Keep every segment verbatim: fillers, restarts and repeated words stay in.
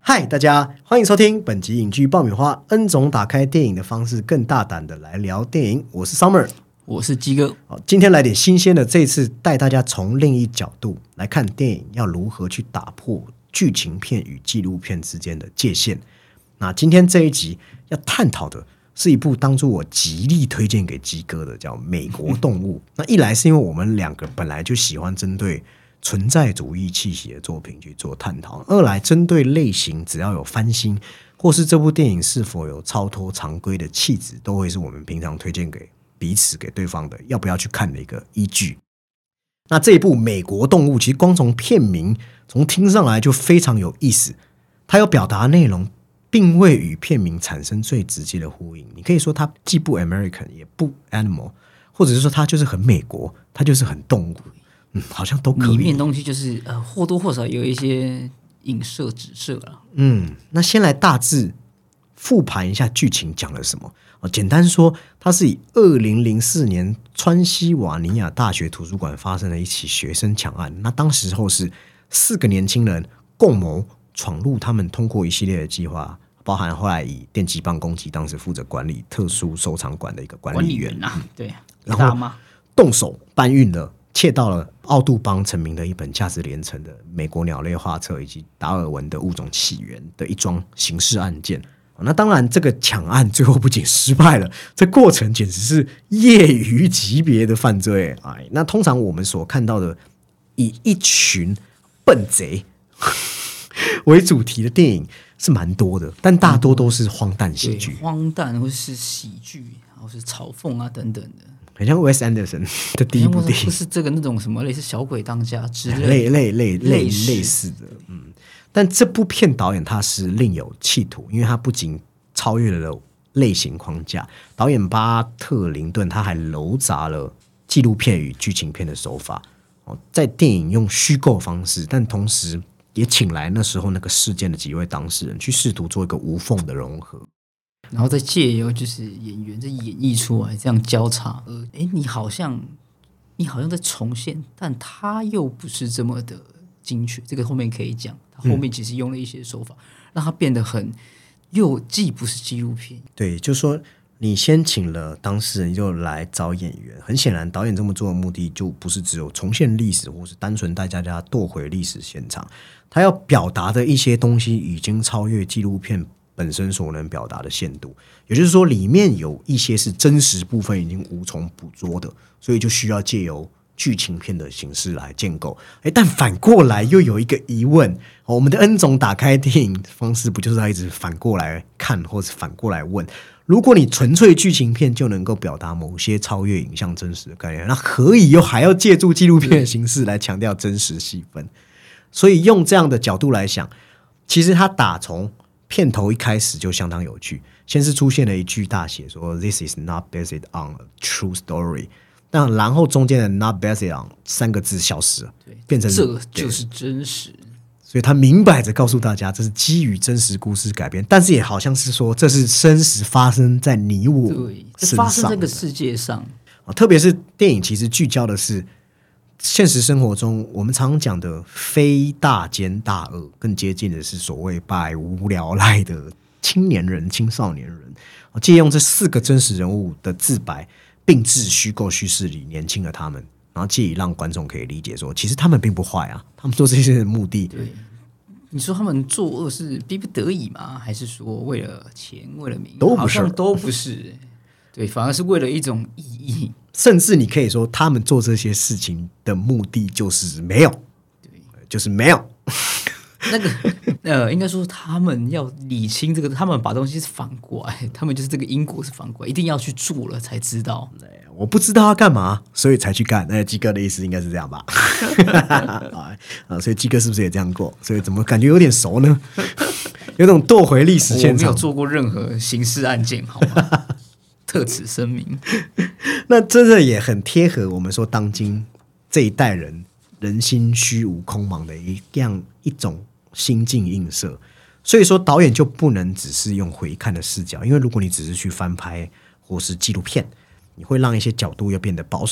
嗨，大家欢迎收听本集影剧爆米花，恩总打开电影的方式，更大胆的来聊电影。我是 Summer， 我是鸡哥。 今天来点新鲜的，这次带大家从另一角度来看电影要如何去打破剧情片与纪录片之间的界限。那今天这一集要探讨的是一部当初我极力推荐给鸡哥的，叫《美国动物》。那一来是因为我们两个本来就喜欢针对存在主义气息的作品去做探讨，二来针对类型只要有翻新或是这部电影是否有超脱常规的气质，都会是我们平常推荐给彼此给对方的要不要去看的一个依据。那这一部《美国动物》其实光从片名从听上来就非常有意思，它有表达内容并未与片名产生最直接的呼应，你可以说它既不 American 也不 Animal， 或者是说它就是很美国，它就是很动物。嗯，好像都可以。 里面东西就是呃或多或少有一些影射、指涉了。 嗯，那先来大致复盘一下剧情讲了什么。哦，简单说，它是以二零零四年川西瓦尼亚大学图书馆发生的一起学生抢案。那当时候是四个年轻人共谋闯入他们通过一系列的计划，包含后来以电击棒攻击当时负责管理特殊收藏馆的一个管理员， 管理员啊，对， 然后动手搬运了。窃到了奥杜邦成名的一本价值连城的美国鸟类画册以及达尔文的物种起源的一桩刑事案件。那当然这个抢案最后不仅失败了，这过程简直是业余级别的犯罪。哎，那通常我们所看到的以一群笨贼为主题的电影是蛮多的，但大多都是荒诞喜剧， 荒诞或是喜剧或是嘲讽啊等等的， 很像 Wes Anderson 的第一部电影， 不是这个那种什么类似小鬼当家之类类类类类类似的，嗯。但这部片导演他是另有企图，因为他不仅超越了类型框架，导演巴特林顿他还糅杂了纪录片与剧情片的手法，在电影用虚构方式，但同时也请来那时候那个事件的几位当事人去试图做一个无缝的融合。 然后再借由就是演员在演绎出来，这样交叉，呃，哎，你好像你好像在重现，但他又不是这么的精确。这个后面可以讲，他后面其实用了一些手法，嗯、让它变得很又既不是纪录片。 对，就是说你先请了当事人，又来找演员。很显然，导演这么做的目的就不是只有重现历史，或是单纯带大家堕回历史现场。他要表达的一些东西已经超越纪录片本身所能表达的限度，也就是说里面有一些是真实部分已经无从捕捉的，所以就需要借由剧情片的形式来建构。但反过来又有一个疑问，我们的恩总打开电影方式不就是要一直反过来看，或是反过来问，如果你纯粹剧情片就能够表达某些超越影像真实的概念，那何以又还要借助纪录片的形式来强调真实戏份？所以用这样的角度来想，其实他打从片头一开始就相当有趣，先是出现了一句大写说 This is not based on a true story， 但然后中间的 not based on 三个字消失了，变成这就是真实， 所以他明摆着告诉大家这是基于真实故事改编，但是也好像是说这是真实发生在你我身上的， 发生在这个世界上。 特别是电影其实聚焦的是现实生活中我们常讲的非大奸大恶，更接近的是所谓百无聊赖的青年人青少年人，借用这四个真实人物的自白并置虚构叙事里年轻的他们，然后借以让观众可以理解说其实他们并不坏啊，他们做这些的目的， 对，你说他们作恶是逼不得已吗？还是说为了钱为了名？ 都不是， 好像都不是，对，反而是为了一种意义。 甚至你可以说他们做这些事情的目的就是没有，对，就是没有那个呃，应该说他们要理清这个，他们把东西是反过来，他们就是这个因果是反过来，一定要去做了才知道。 我不知道要干嘛，所以才去干。那鸡哥的意思应该是这样吧？啊，所以鸡哥是不是也这样过？所以怎么感觉有点熟呢？有种堕回历史现场。 我没有做过任何刑事案件，好吗？特此声明。 那真的也很贴合我们说当今这一代人人心虚无空茫的一样一种心境映射。所以说导演就不能只是用回看的视角，因为如果你只是去翻拍或是纪录片，你会让一些角度又变得保守，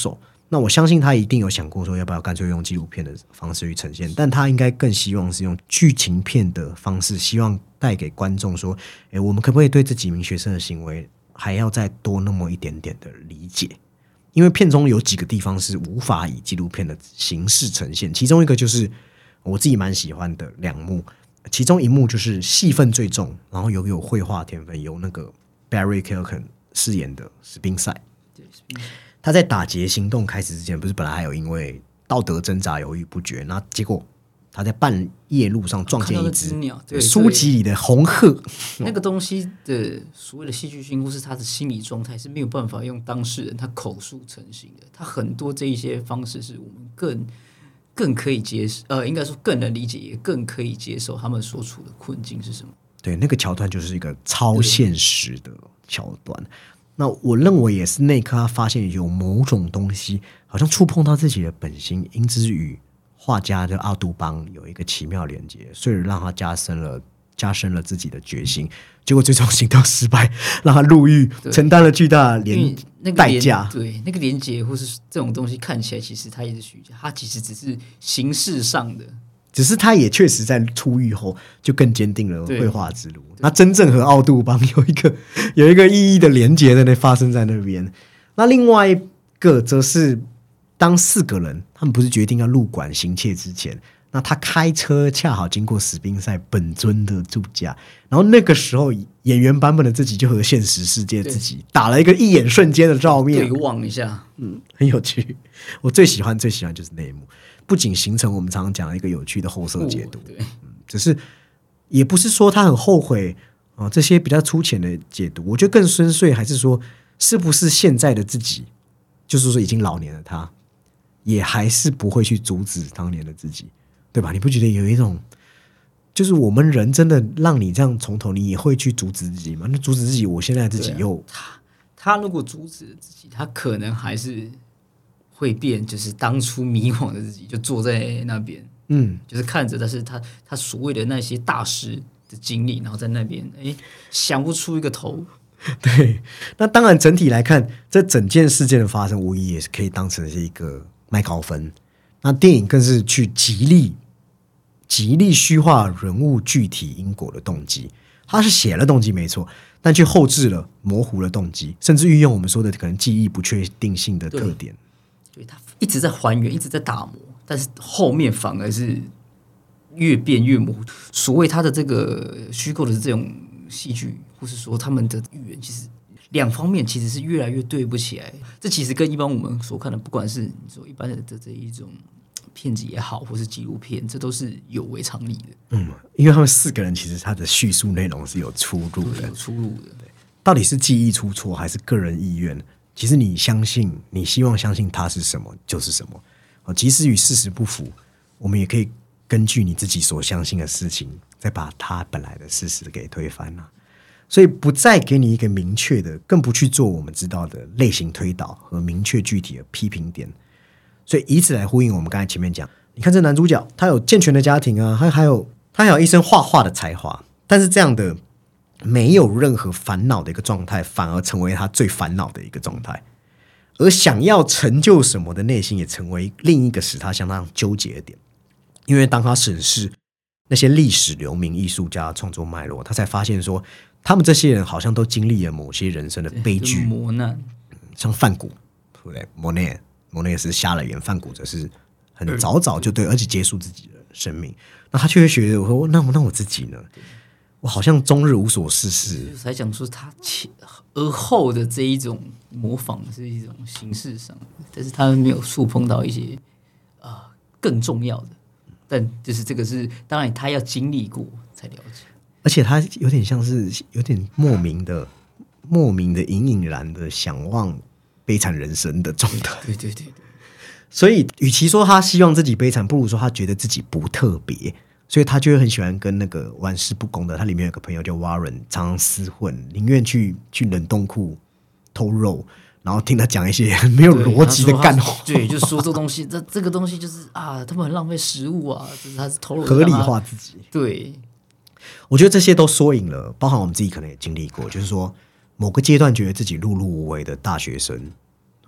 那我相信他一定有想过说要不要干脆用纪录片的方式去呈现，但他应该更希望是用剧情片的方式，希望带给观众说，诶，我们可不可以对这几名学生的行为还要再多那么一点点的理解？因为片中有几个地方是无法以纪录片的形式呈现，其中一个就是我自己蛮喜欢的两幕，其中一幕就是戏份最重，然后有有绘画天分，由那个 Barry Keoghan 饰演的史宾塞。他在打劫行动开始之前，不是本来还有因为道德挣扎犹豫不决，那结果他在半夜路上撞见一只书籍里的红鹤。 那个东西的所谓的戏剧性或是他的心理状态是没有办法用当事人他口述成型的，他很多这一些方式是我们更更可以接受，呃，应该说更能理解，也更可以接受他们所处的困境是什么。 对，那个桥段就是一个超现实的桥段。那我认为也是那一刻他发现有某种东西好像触碰到自己的本心，因之与画家的奥杜邦有一个奇妙连接，所以让他加深了加深了自己的决心。结果最终行动失败，让他入狱，承担了巨大的连代价。 对，那个连结或是这种东西看起来，其实他也是虚假，他其实只是形式上的。 只是他也确实在出狱后就更坚定了绘画之路。那真正和奥杜邦有一个有一个意义的连结在那发生在那边。那另外一个则是当四个人他们不是决定要入馆行窃之前，那他开车恰好经过史宾塞本尊的住家，然后那个时候演员版本的自己就和现实世界自己打了一个一眼瞬间的照面， 对望一下， 嗯，很有趣。我最喜欢最喜欢就是那一幕。不仅形成我们常常讲的一个有趣的后设解读， 对， 只是也不是说他很后悔啊、呃，这些比较粗浅的解读，我觉得更深邃，还是说是不是现在的自己，就是说已经老年的他，也还是不会去阻止当年的自己，对吧？你不觉得有一种，就是我们人真的让你这样从头，你也会去阻止自己吗？那阻止自己，我现在自己又、 啊、他他如果阻止自己，他可能还是。会变，就是当初迷惘的自己，就坐在那边，嗯，就是看着，但是他他所谓的那些大师的经历，然后在那边，哎，想不出一个头。 对，那当然整体来看，这整件事件的发生，无疑也是可以当成是一个麦高芬。那电影更是去极力极力虚化人物具体因果的动机，他是写了动机没错，但却后置了模糊了动机，甚至运用我们说的可能记忆不确定性的特点。 对，他一直在还原，一直在打磨，但是后面反而是越变越模糊。所谓他的这个虚构的这种戏剧，或是说他们的语言，其实两方面其实是越来越对不起来。这其实跟一般我们所看的，不管是你说一般的这一种片子也好，或是纪录片，这都是有违常理的。 嗯，因为他们四个人其实他的叙述内容是有出入的， 有出入的。 对，到底是记忆出错还是个人意愿？其实你相信，你希望相信它是什么就是什么。哦，即使与事实不符，我们也可以根据你自己所相信的事情，再把它本来的事实给推翻啊。所以不再给你一个明确的，更不去做我们知道的类型推导和明确具体的批评点。所以以此来呼应我们刚才前面讲，你看这男主角，他有健全的家庭啊，他还有他还有一身画画的才华，但是这样的没有任何烦恼的一个状态，反而成为他最烦恼的一个状态。而想要成就什么的内心，也成为另一个使他相当纠结的点。因为当他审视那些历史留名艺术家的创作脉络，他才发现说，他们这些人好像都经历了某些人生的悲剧磨难， 像梵谷，对不对？莫内莫内是瞎了眼，梵谷则是很早早就对，而且结束自己的生命。那他却会觉得，我说那那我自己呢？我好像终日无所事事。 才讲说他前而后的这一种模仿是一种形式上的，但是他没有触碰到一些、呃、更重要的。但就是这个是当然他要经历过才了解， 而且他有点像是有点莫名的莫名的隐隐然的想望悲惨人生的状态。 对对对对， 所以与其说他希望自己悲惨，不如说他觉得自己不特别，所以他就会很喜欢跟那个玩世不恭的，他里面有个朋友叫 Warren， 常常厮混，宁愿去去冷冻库偷肉，然后听他讲一些没有逻辑的干话。 对，就说这东西，这这个东西就是啊，他们很浪费食物啊，就是他是偷肉合理化自己。 对， 我觉得这些都缩影了，包含我们自己可能也经历过，就是说某个阶段觉得自己碌碌无为的大学生，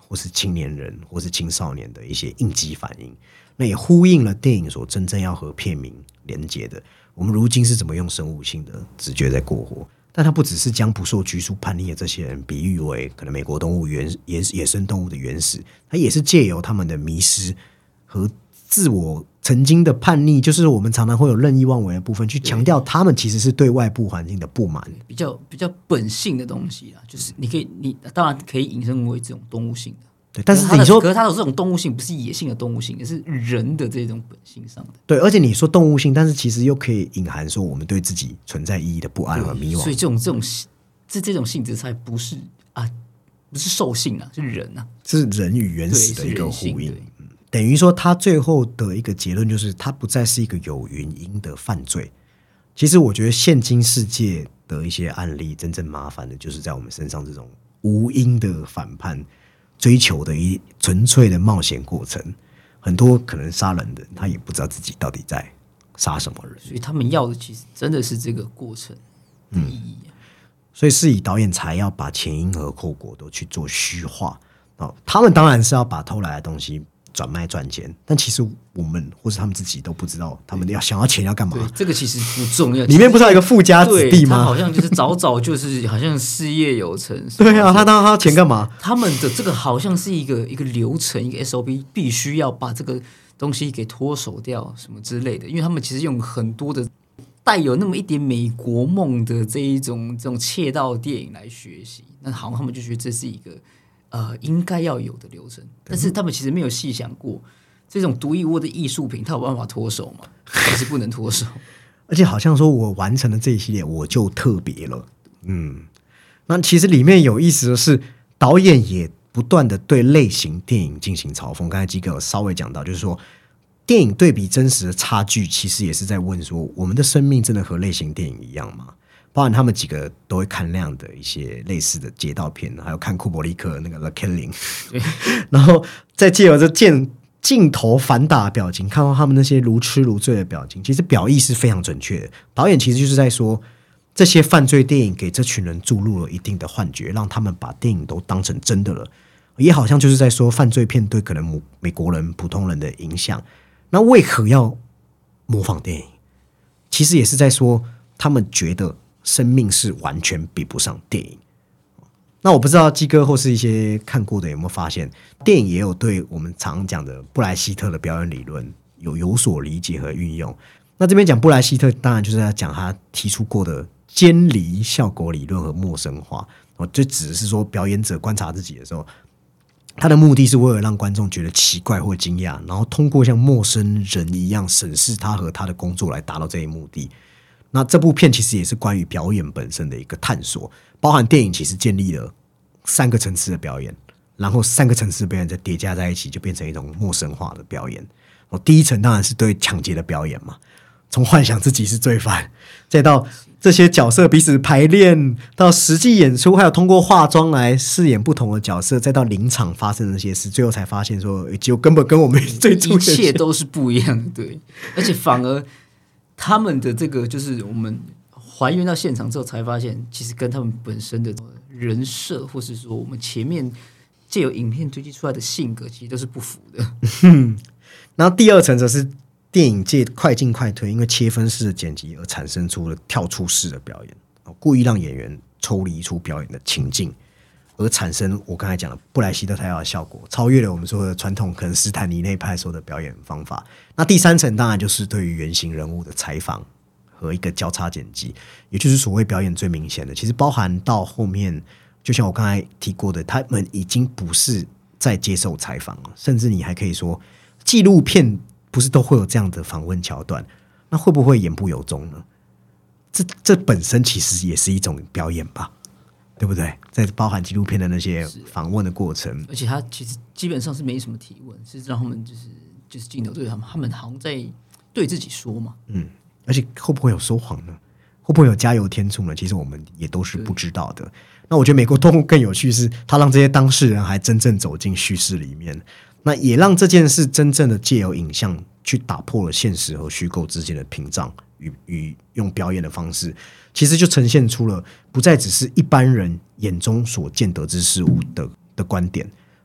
或是青年人或是青少年的一些应激反应，那也呼应了电影所真正要和片名连接的。我们如今是怎么用生物性的直觉在过活？但它不只是将不受拘束叛逆的这些人比喻为可能美国动物原野野生动物的原始，它也是借由他们的迷失和自我曾经的叛逆，就是我们常常会有任意妄为的部分，去强调他们其实是对外部环境的不满， 比较比较本性的东西啦。就是你可以，你当然可以引申为这种动物性的。 对，但是你说， 可是它有这种动物性，不是野性的动物性，也是人的这种本性上的。 对，而且你说动物性，但是其实又可以隐含说我们对自己存在意义的不安和迷惘。 所以这种这种这这种性质才不是啊，不是兽性啊，是人啊， 是人与原始的一个呼应。嗯，等于说，他最后的一个结论就是，它不再是一个有原因的犯罪。其实，我觉得现今世界的一些案例，真正麻烦的就是在我们身上这种无因的反叛。追求的一纯粹的冒险过程，很多可能杀人的他也不知道自己到底在杀什么人， 所以他们要的其实真的是这个过程的意义、啊嗯、 所以是以导演才要把前因和后果都去做虚化、哦、他们当然是要把偷来的东西转卖赚钱，但其实我们或是他们自己都不知道他们要想要钱要干嘛。 对，这个其实不重要。 里面不是有一个富家子弟吗？ 他好像就是早早就是好像事业有成。 对啊，他当他钱干嘛？ 他们的这个好像是一个一个流程，一个 S O P， 必须要把这个东西给脱手掉什么之类的。因为他们其实用很多的带有那么一点美国梦的这一种这种窃盗电影来学习，那好像他们就觉得这是一个。呃，应该要有的流程，但是他们其实没有细想过，这种独一无二的艺术品，它有办法脱手吗？还是不能脱手？ 而且好像说我完成了这一系列，我就特别了。嗯，那其实里面有意思的是，导演也不断的对类型电影进行嘲讽。刚才基哥有稍微讲到，就是说电影对比真实的差距，其实也是在问说，我们的生命真的和类型电影一样吗？包含他们几个都会看那样的一些类似的街道片，还有看库伯利克那个 The Killing， 然后再借由这镜镜头反打的表情，看到他们那些如痴如醉的表情，其实表意是非常准确的。导演其实就是在说，这些犯罪电影给这群人注入了一定的幻觉，让他们把电影都当成真的了，也好像就是在说犯罪片对可能美国人普通人的影响。那为何要模仿电影？其实也是在说，他们觉得生命是完全比不上电影。那我不知道基哥或是一些看过的有没有发现，电影也有对我们常讲的布莱希特的表演理论有有所理解和运用。那这边讲布莱希特，当然就是在讲他提出过的监离效果理论和陌生化。就只是说表演者观察自己的时候，他的目的是为了让观众觉得奇怪或惊讶，然后通过像陌生人一样审视他和他的工作来达到这一目的。那这部片其实也是关于表演本身的一个探索，包含电影其实建立了三个层次的表演，然后三个层次的表演再叠加在一起，就变成一种陌生化的表演。第一层当然是对抢劫的表演嘛，从幻想自己是罪犯，再到这些角色彼此排练，到实际演出，还有通过化妆来饰演不同的角色，再到临场发生的那些事，最后才发现说，就根本跟我们最初一切都是不一样的。对，而且反而他们的这个就是我们还原到现场之后才发现，其实跟他们本身的人设，或是说我们前面借由影片堆积出来的性格，其实都是不符的。 然后第二层则是电影界快进快退，因为切分式的剪辑而产生出了跳出式的表演，故意让演员抽离出表演的情境，而产生我刚才讲的布莱希特他要的效果，超越了我们说的传统可能斯坦尼内派说的表演方法。那第三层当然就是对于原型人物的采访和一个交叉剪辑，也就是所谓表演最明显的，其实包含到后面，就像我刚才提过的，他们已经不是在接受采访了，甚至你还可以说纪录片不是都会有这样的访问桥段，那会不会言不由衷呢？这这本身其实也是一种表演吧，对不对？在包含纪录片的那些访问的过程， 而且他其实基本上是没什么提问，是让他们就是就是镜头对他们，他们好像在对自己说嘛。 嗯，而且会不会有说谎呢？会不会有加油添醋呢？其实我们也都是不知道的。那我觉得美国动物更有趣是，他让这些当事人还真正走进叙事里面，那也让这件事真正的借由影像去打破了现实和虚构之间的屏障，与与用表演的方式，其实就呈现出了不再只是一般人眼中所见得之事物的的观点，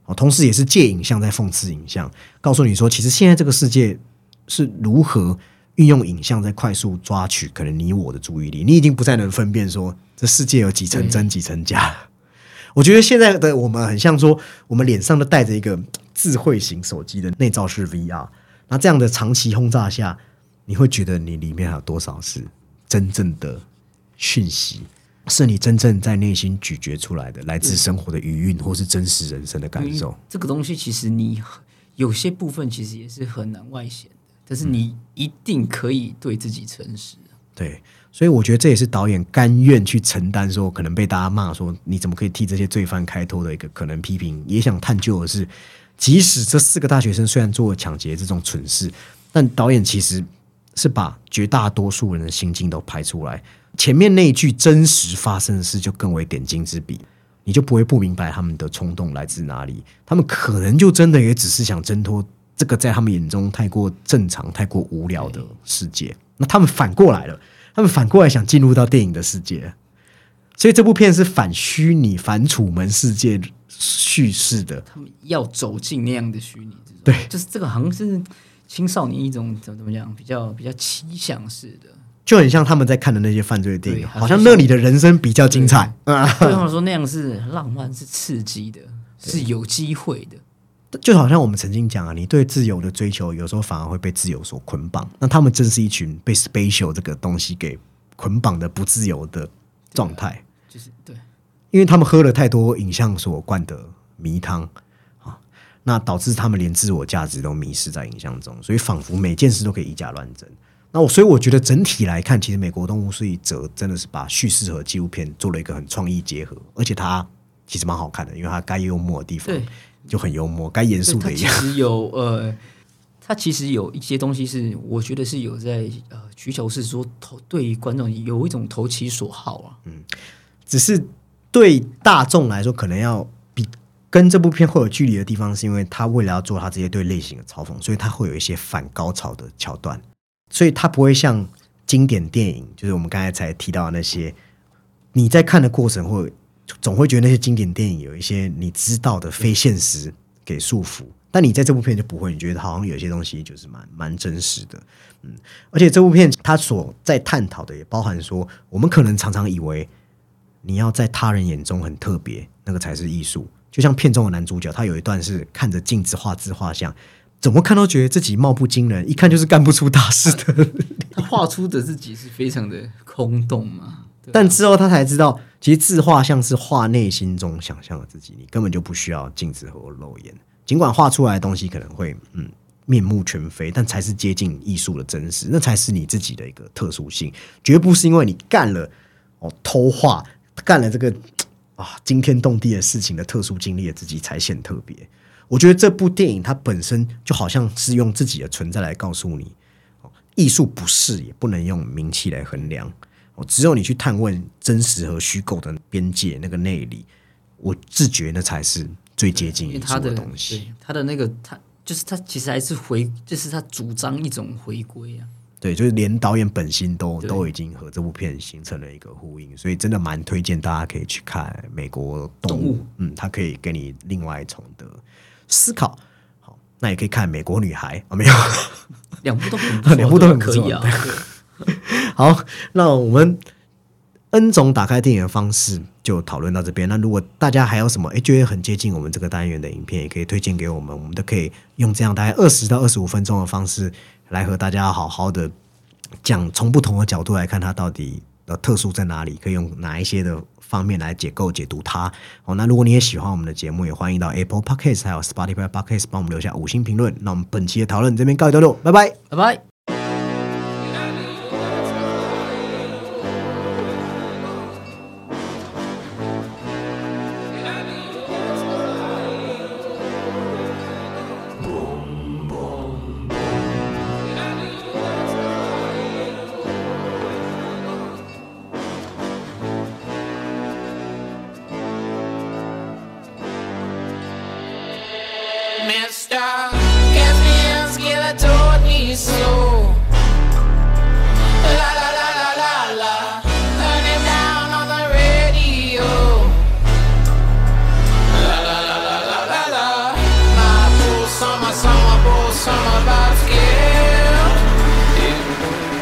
同时也是借影像在讽刺影像，告诉你说其实现在这个世界是如何运用影像在快速抓取可能你我的注意力，你已经不再能分辨说这世界有几层真几层假。我觉得现在的我们很像说我们脸上都带着一个智慧型手机的内罩式 V R， 那这样的长期轰炸下，你会觉得你里面还有多少是真正的讯息，是你真正在内心咀嚼出来的来自生活的余韵或是真实人生的感受。 这个东西其实你有些部分其实也是很难外显的，但是你一定可以对自己诚实。 对，所以我觉得这也是导演甘愿去承担说可能被大家骂说你怎么可以替这些罪犯开脱的一个可能批评，也想探究的是即使这四个大学生虽然做了抢劫这种蠢事，但导演其实是把绝大多数人的心境都拍出来，前面那一句真实发生的事就更为点睛之笔，你就不会不明白他们的冲动来自哪里，他们可能就真的也只是想挣脱这个在他们眼中太过正常太过无聊的世界，那他们反过来了，他们反过来想进入到电影的世界，所以这部片是反虚拟反楚门世界叙事的， 他们要走进那样的虚拟之中， 对， 就是这个好像是青少年一种怎么讲比较比较奇想式的， 就很像他们在看的那些犯罪电影，好像那里的人生比较精彩。 对他们说那样是浪漫是刺激的，是有机会的。 就好像我们曾经讲啊，你对自由的追求有时候反而会被自由所捆绑，那他们正是一群被 spatial 这个东西给捆绑的不自由的状态， 就是对， 因为他们喝了太多影像所灌的迷汤啊，那导致他们连自我价值都迷失在影像中，所以仿佛每件事都可以以假乱真。那我所以我觉得整体来看，其实《美国动物是一则真的是把叙事和纪录片做了一个很创意结合，而且它其实蛮好看的，因为它该幽默的地方就很幽默，该严肃的一样。 它其实有呃，它其实有一些东西是我觉得是有在呃需求是说投对于观众有一种投其所好啊。 嗯，只是对大众来说，可能要比跟这部片会有距离的地方，是因为他为了要做他这些对类型的嘲讽，所以他会有一些反高潮的桥段，所以他不会像经典电影，就是我们刚才才提到的那些，你在看的过程会总会觉得那些经典电影有一些你知道的非现实给束缚，但你在这部片就不会，你觉得好像有些东西就是蛮蛮真实的，嗯，而且这部片它所在探讨的也包含说，我们可能常常以为你要在他人眼中很特别，那个才是艺术。就像片中的男主角，他有一段是看着镜子画自画像，怎么看都觉得自己貌不惊人，一看就是干不出大事的。 他画出的自己是非常的空洞嘛，啊、 但之后他才知道，其实自画像是画内心中想象的自己，你根本就不需要镜子和肉眼。尽管画出来的东西可能会嗯面目全非，但才是接近艺术的真实，那才是你自己的一个特殊性，绝不是因为你干了哦偷画，干了这个啊惊天动地的事情的特殊经历的自己才显特别。我觉得这部电影它本身就好像是用自己的存在来告诉你，艺术不是也不能用名气来衡量，只有你去探问真实和虚构的边界那个内里，我自觉那才是最接近艺术的东西。 他的那个他就是他其实还是回，就是他主张一种回归啊。 对，就是连导演本心都都已经和这部片形成了一个呼应，所以真的蛮推荐大家可以去看《美国动物》动物，嗯，它可以给你另外一重的思考。好，那也可以看《美国女孩》啊，没有， 两部都很不错， 两部都很不错可以啊。 好，那我们 N 种打开电影的方式就讨论到这边。那如果大家还有什么诶觉得很接近我们这个单元的影片，也可以推荐给我们，我们都可以用这样大概二十到二十五分钟的方式来和大家好好的讲，从不同的角度来看它到底的特殊在哪里，可以用哪一些的方面来解构解读它。好，那如果你也喜欢我们的节目，也欢迎到 Apple Podcast 还有 Spotify Podcast 帮我们留下五星评论。那我们本期的讨论这边告一段落，拜拜， 拜拜。 Mister Caspian Skiller told me so. La la la la la la. Turn it down on the radio. La la la la la la la. summer, summer, bull, summer, about to get. Yeah.